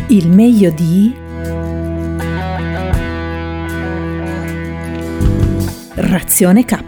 Il meglio di Razione K.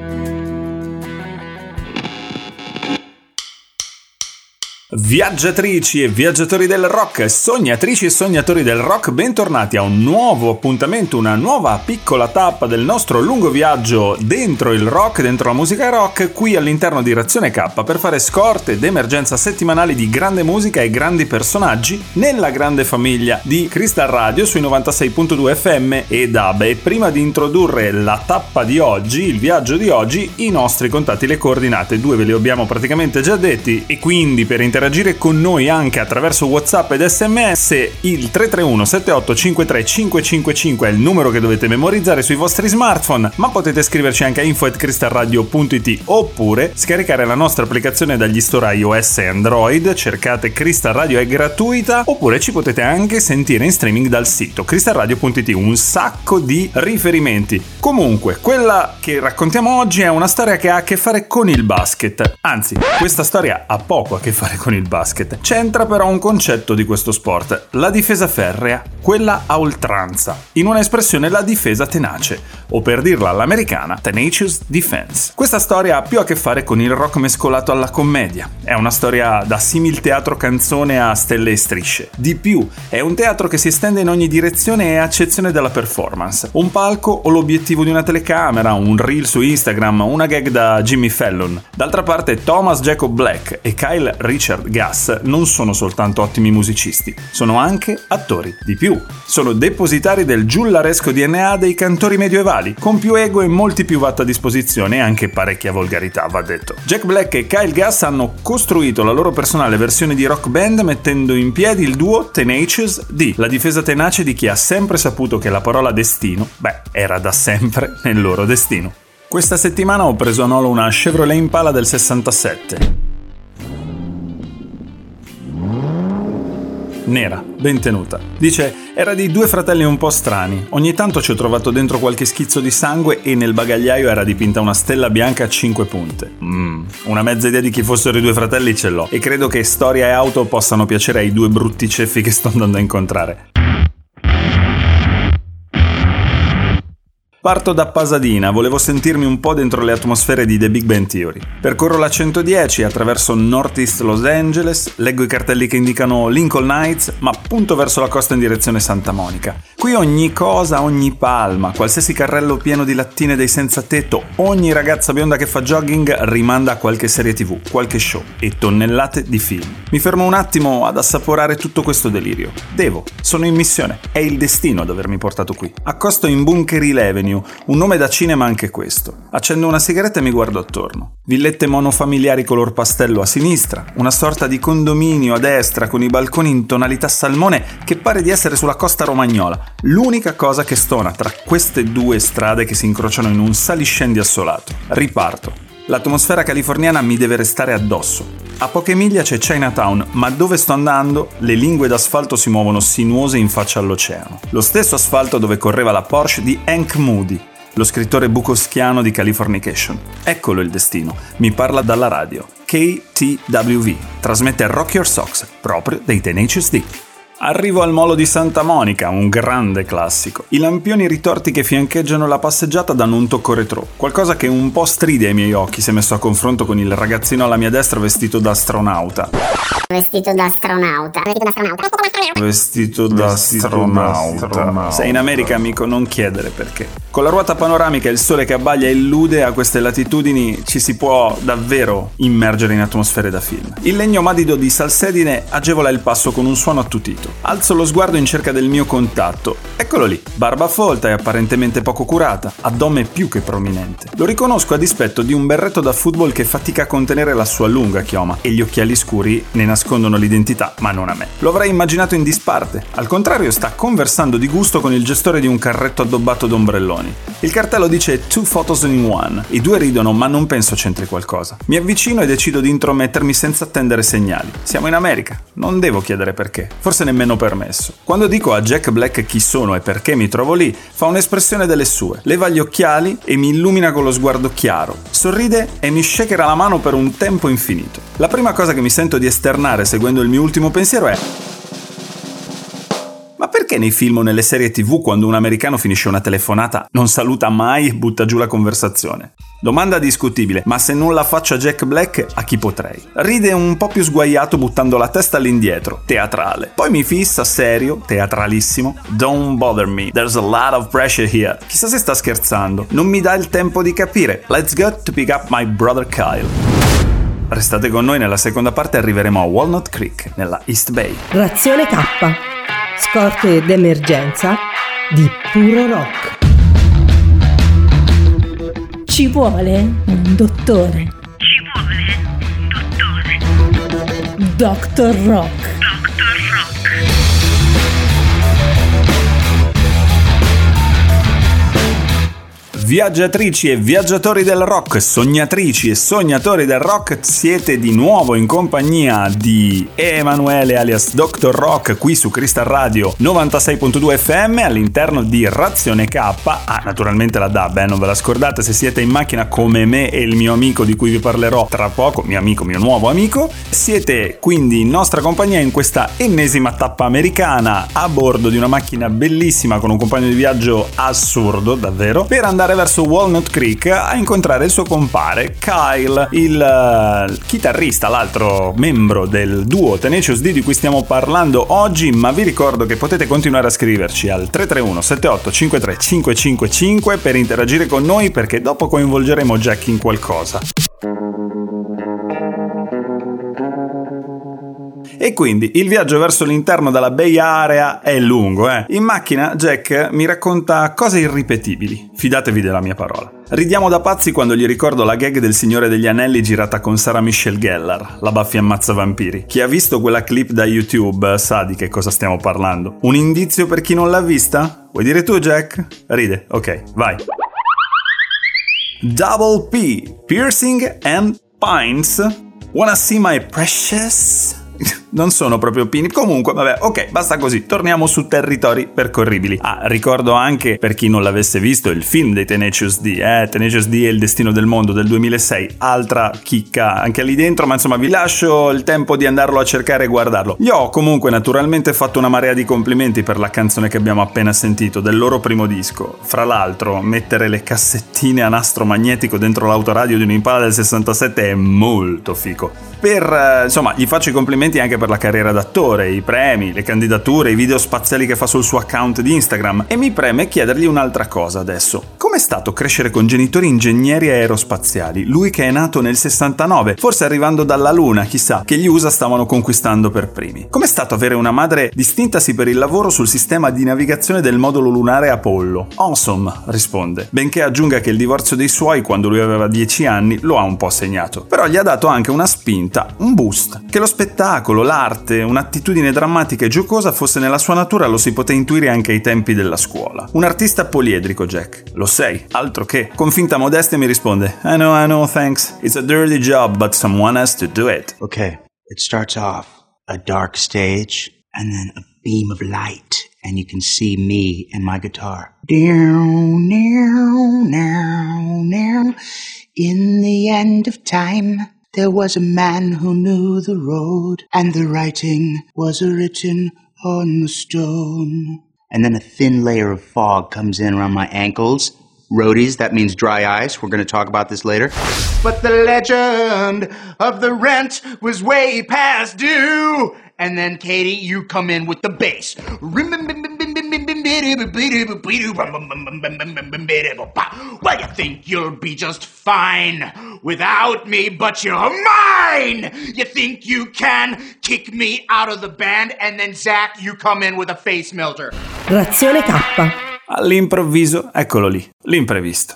Viaggiatrici e viaggiatori del rock, sognatrici e sognatori del rock, bentornati a un nuovo appuntamento, una nuova piccola tappa del nostro lungo viaggio dentro il rock, dentro la musica rock, qui all'interno di Razione K, per fare scorte ed emergenza settimanali di grande musica e grandi personaggi nella grande famiglia di Crystal Radio sui 96.2 FM e DAB. E prima di introdurre la tappa di oggi, il viaggio di oggi, i nostri contatti, le coordinate, due ve li abbiamo praticamente già detti, e quindi per interagire con noi anche attraverso WhatsApp ed SMS, il 331 7853 555 è il numero che dovete memorizzare sui vostri smartphone, ma potete scriverci anche a info@crystalradio.it oppure scaricare la nostra applicazione dagli store iOS e Android, cercate Crystal Radio, è gratuita, oppure ci potete anche sentire in streaming dal sito crystalradio.it, un sacco di riferimenti. Comunque, quella che raccontiamo oggi è una storia che ha a che fare con il basket, anzi, questa storia ha poco a che fare con il basket. C'entra però un concetto di questo sport, la difesa ferrea, quella a oltranza, in una espressione la difesa tenace, o per dirla all'americana, tenacious defense. Questa storia ha più a che fare con il rock mescolato alla commedia, è una storia da simil teatro canzone a stelle e strisce. Di più, è un teatro che si estende in ogni direzione e a eccezione della performance, un palco o l'obiettivo di una telecamera, un reel su Instagram, una gag da Jimmy Fallon. D'altra parte Thomas Jacob Black e Kyle Richard Gass non sono soltanto ottimi musicisti, sono anche attori. Di più, sono depositari del giullaresco DNA dei cantori medioevali, con più ego e molti più watt a disposizione e anche parecchia volgarità, va detto. Jack Black e Kyle Gass hanno costruito la loro personale versione di rock band mettendo in piedi il duo Tenacious D, la difesa tenace di chi ha sempre saputo che la parola destino, era da sempre nel loro destino. Questa settimana ho preso a nolo una Chevrolet Impala del 67. Nera, ben tenuta. Dice, era di due fratelli un po' strani. Ogni tanto ci ho trovato dentro qualche schizzo di sangue e nel bagagliaio era dipinta una stella bianca a 5 punte. Una mezza idea di chi fossero i due fratelli ce l'ho. E credo che storia e auto possano piacere ai due brutti ceffi che sto andando a incontrare. Parto da Pasadena, volevo sentirmi un po' dentro le atmosfere di The Big Bang Theory. Percorro la 110 attraverso Northeast Los Angeles, leggo i cartelli che indicano Lincoln Heights, ma punto verso la costa in direzione Santa Monica. Qui ogni cosa, ogni palma, qualsiasi carrello pieno di lattine dei senza tetto, ogni ragazza bionda che fa jogging rimanda a qualche serie TV, qualche show e tonnellate di film. Mi fermo un attimo ad assaporare tutto questo delirio. Sono in missione, è il destino ad avermi portato qui. Accosto in Bunker Hill Avenue, un nome da cinema anche questo. Accendo una sigaretta e mi guardo attorno. Villette monofamiliari color pastello a sinistra, una sorta di condominio a destra con i balconi in tonalità salmone che pare di essere sulla costa romagnola. L'unica cosa che stona tra queste due strade che si incrociano in un saliscendi assolato. Riparto. L'atmosfera californiana mi deve restare addosso. A poche miglia c'è Chinatown, ma dove sto andando le lingue d'asfalto si muovono sinuose in faccia all'oceano. Lo stesso asfalto dove correva la Porsche di Hank Moody, lo scrittore bukowskiano di Californication. Eccolo il destino, mi parla dalla radio. KTWV, trasmette Rock Your Socks, proprio dei Tenacious D. Arrivo al molo di Santa Monica, un grande classico. I lampioni ritorti che fiancheggiano la passeggiata danno un tocco retro, qualcosa che un po' stride ai miei occhi se messo a confronto con il ragazzino alla mia destra vestito da astronauta. Sei in America, amico, non chiedere perché. Con la ruota panoramica e il sole che abbaglia e illude a queste latitudini ci si può davvero immergere in atmosfere da film. Il legno madido di salsedine agevola il passo con un suono attutito. Alzo lo sguardo in cerca del mio contatto. Eccolo lì, barba folta e apparentemente poco curata, addome più che prominente. Lo riconosco a dispetto di un berretto da football che fatica a contenere la sua lunga chioma e gli occhiali scuri ne nascondono l'identità, ma non a me. Lo avrei immaginato in disparte. Al contrario, sta conversando di gusto con il gestore di un carretto addobbato d'ombrelloni. Il cartello dice 2 photos in 1. I due ridono, ma non penso c'entri qualcosa. Mi avvicino e decido di intromettermi senza attendere segnali. Siamo in America, non devo chiedere perché, forse nemmeno permesso. Quando dico a Jack Black chi sono e perché mi trovo lì, fa un'espressione delle sue, leva gli occhiali e mi illumina con lo sguardo chiaro, sorride e mi shakera la mano per un tempo infinito. La prima cosa che mi sento di esternare seguendo il mio ultimo pensiero è: Perché nei film o nelle serie TV quando un americano finisce una telefonata non saluta mai e butta giù la conversazione? Domanda discutibile, ma se non la faccio a Jack Black, a chi potrei? Ride un po' più sguaiato buttando la testa all'indietro, teatrale. Poi mi fissa serio, teatralissimo. Don't bother me, there's a lot of pressure here. Chissà se sta scherzando. Non mi dà il tempo di capire. Let's go to pick up my brother Kyle. Restate con noi, nella seconda parte arriveremo a Walnut Creek, nella East Bay. Razione K. Scorte d'emergenza di puro rock. Ci vuole un dottore. Dr. Rock. Viaggiatrici e viaggiatori del rock, sognatrici e sognatori del rock, siete di nuovo in compagnia di Emanuele alias Dr. Rock qui su Crystal Radio 96.2 FM all'interno di Razione K. Naturalmente la DAB, non ve la scordate se siete in macchina come me e il mio amico di cui vi parlerò tra poco, mio nuovo amico. Siete quindi in nostra compagnia in questa ennesima tappa americana a bordo di una macchina bellissima con un compagno di viaggio assurdo, davvero, per andare verso Walnut Creek a incontrare il suo compare Kyle, il chitarrista, l'altro membro del duo Tenacious D di cui stiamo parlando oggi. Ma vi ricordo che potete continuare a scriverci al 331 78 53 555 per interagire con noi, perché dopo coinvolgeremo Jack in qualcosa. E quindi il viaggio verso l'interno della Bay Area è lungo, In macchina Jack mi racconta cose irripetibili, fidatevi della mia parola. Ridiamo da pazzi quando gli ricordo la gag del Signore degli Anelli girata con Sarah Michelle Gellar, la Buffy ammazza vampiri. Chi ha visto quella clip da YouTube sa di che cosa stiamo parlando. Un indizio per chi non l'ha vista? Vuoi dire tu, Jack? Ride, ok, vai. Double P, Piercing and Pines. Wanna see my precious? Non sono proprio pini. Comunque, vabbè, ok, basta così. Torniamo su territori percorribili. Ricordo anche, per chi non l'avesse visto, il film dei Tenacious D, Tenacious D e il destino del mondo del 2006. Altra chicca anche lì dentro, ma insomma vi lascio il tempo di andarlo a cercare e guardarlo. Gli ho comunque naturalmente fatto una marea di complimenti per la canzone che abbiamo appena sentito, del loro primo disco. Fra l'altro, mettere le cassettine a nastro magnetico dentro l'autoradio di un Impala del 67 è molto fico. Insomma, gli faccio i complimenti anche per la carriera d'attore, i premi, le candidature, i video spaziali che fa sul suo account di Instagram. E mi preme chiedergli un'altra cosa adesso. Com'è stato crescere con genitori ingegneri aerospaziali? Lui che è nato nel 69, forse arrivando dalla Luna, chissà, che gli USA stavano conquistando per primi. Com'è stato avere una madre distintasi per il lavoro sul sistema di navigazione del modulo lunare Apollo? Awesome, risponde, benché aggiunga che il divorzio dei suoi quando lui aveva 10 anni lo ha un po' segnato. Però gli ha dato anche una spinta, un boost. Che lo spettacolo, l'arte, un'attitudine drammatica e giocosa fosse nella sua natura lo si poté intuire anche ai tempi della scuola. Un artista poliedrico, Jack. Lo sei, altro che. Con finta modestia mi risponde: I know, thanks. It's a dirty job, but someone has to do it. Okay, it starts off a dark stage and then a beam of light and you can see me and my guitar. Down, down, down, down. In the end of time, there was a man who knew the road, and the writing was written on the stone. And then a thin layer of fog comes in around my ankles. Roadies, that means dry ice. We're going to talk about this later. But the legend of the rent was way past due. And then, Katie, you come in with the bass. Well, you think you'll be just fine without me, but you're mine! You think you can kick me out of the band, and then, Zach, you come in with a face melter. Razione K. All'improvviso, eccolo lì, l'imprevisto.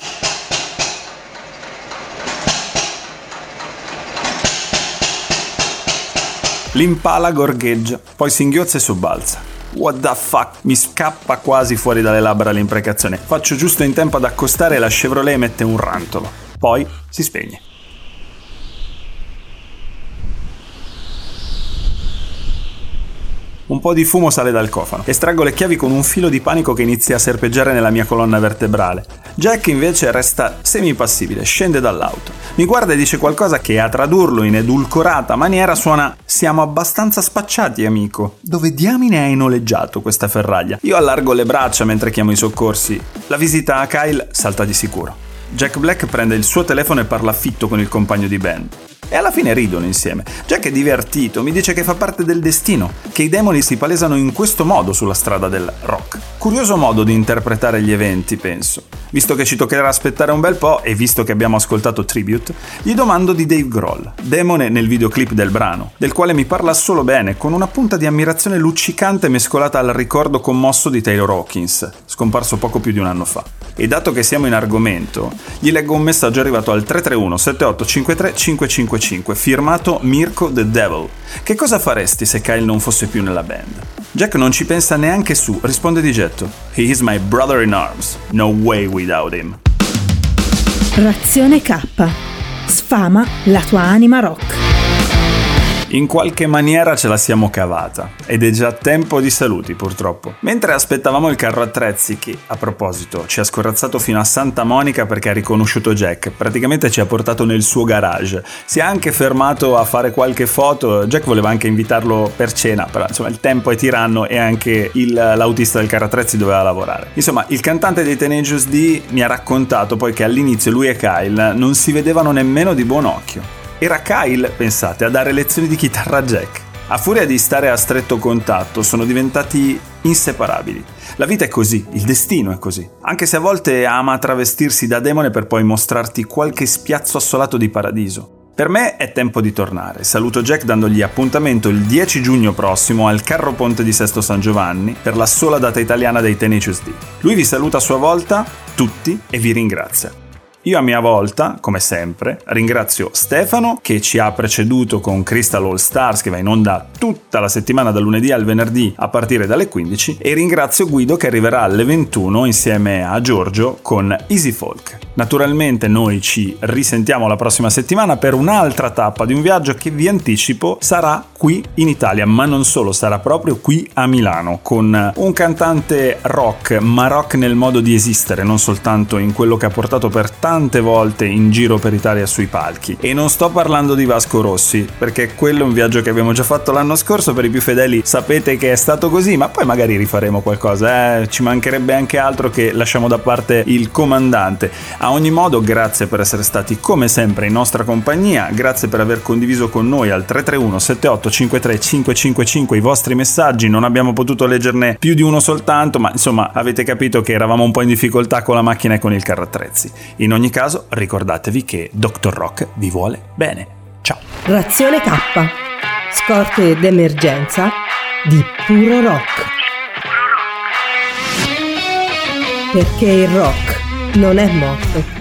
L'Impala gorgheggia, poi singhiozza e sobbalza. What the fuck? Mi scappa quasi fuori dalle labbra l'imprecazione. Faccio giusto in tempo ad accostare e la Chevrolet emette un rantolo. Poi si spegne. Un po' di fumo sale dal cofano. Estraggo le chiavi con un filo di panico che inizia a serpeggiare nella mia colonna vertebrale. Jack invece resta semipassibile, scende dall'auto, mi guarda e dice qualcosa che a tradurlo in edulcorata maniera suona: siamo abbastanza spacciati, amico. Dove diamine hai noleggiato questa ferraglia? Io allargo le braccia mentre chiamo i soccorsi. La visita a Kyle salta di sicuro. Jack Black prende il suo telefono e parla fitto con il compagno di band. E alla fine ridono insieme. Jack è divertito, mi dice che fa parte del destino, che i demoni si palesano in questo modo sulla strada del rock. Curioso modo di interpretare gli eventi, penso. Visto che ci toccherà aspettare un bel po' e visto che abbiamo ascoltato Tribute, gli domando di Dave Grohl, demone nel videoclip del brano, del quale mi parla solo bene, con una punta di ammirazione luccicante mescolata al ricordo commosso di Taylor Hawkins, scomparso poco più di un anno fa. E dato che siamo in argomento, gli leggo un messaggio arrivato al 331 7853 555 firmato Mirko the Devil. Che cosa faresti se Kyle non fosse più nella band? Jack non ci pensa neanche su, risponde di getto: He is my brother in arms, no way without him. Razione K. Sfama la tua anima rock. In qualche maniera ce la siamo cavata, ed è già tempo di saluti purtroppo. Mentre aspettavamo il carro attrezzi che, a proposito, ci ha scorazzato fino a Santa Monica perché ha riconosciuto Jack, praticamente ci ha portato nel suo garage, si è anche fermato a fare qualche foto. Jack voleva anche invitarlo per cena, però insomma il tempo è tiranno e anche l'autista del carro attrezzi doveva lavorare. Insomma, il cantante dei Tenacious D mi ha raccontato poi che all'inizio lui e Kyle non si vedevano nemmeno di buon occhio. Era Kyle, pensate, a dare lezioni di chitarra a Jack. A furia di stare a stretto contatto, sono diventati inseparabili. La vita è così, il destino è così. Anche se a volte ama travestirsi da demone per poi mostrarti qualche spiazzo assolato di paradiso. Per me è tempo di tornare. Saluto Jack dandogli appuntamento il 10 giugno prossimo al Carro Ponte di Sesto San Giovanni per la sola data italiana dei Tenacious D. Lui vi saluta a sua volta, tutti, e vi ringrazia. Io a mia volta, come sempre, ringrazio Stefano che ci ha preceduto con Crystal All Stars che va in onda tutta la settimana dal lunedì al venerdì a partire dalle 15 e ringrazio Guido che arriverà alle 21 insieme a Giorgio con Easy Folk. Naturalmente noi ci risentiamo la prossima settimana per un'altra tappa di un viaggio che vi anticipo sarà qui in Italia, ma non solo, sarà proprio qui a Milano con un cantante rock, ma rock nel modo di esistere, non soltanto in quello che ha portato per tante volte in giro per Italia sui palchi. E non sto parlando di Vasco Rossi, perché quello è un viaggio che abbiamo già fatto l'anno scorso, per i più fedeli sapete che è stato così, ma poi magari rifaremo qualcosa, ci mancherebbe anche altro che lasciamo da parte il comandante. A ogni modo, grazie per essere stati come sempre in nostra compagnia, grazie per aver condiviso con noi al 331 7853 555 i vostri messaggi, non abbiamo potuto leggerne più di uno soltanto, ma insomma avete capito che eravamo un po' in difficoltà con la macchina e con il carro attrezzi. In ogni caso, ricordatevi che Dr. Rock vi vuole bene. Ciao! Razione K. Scorte d'emergenza di puro rock. Perché il rock non è morto.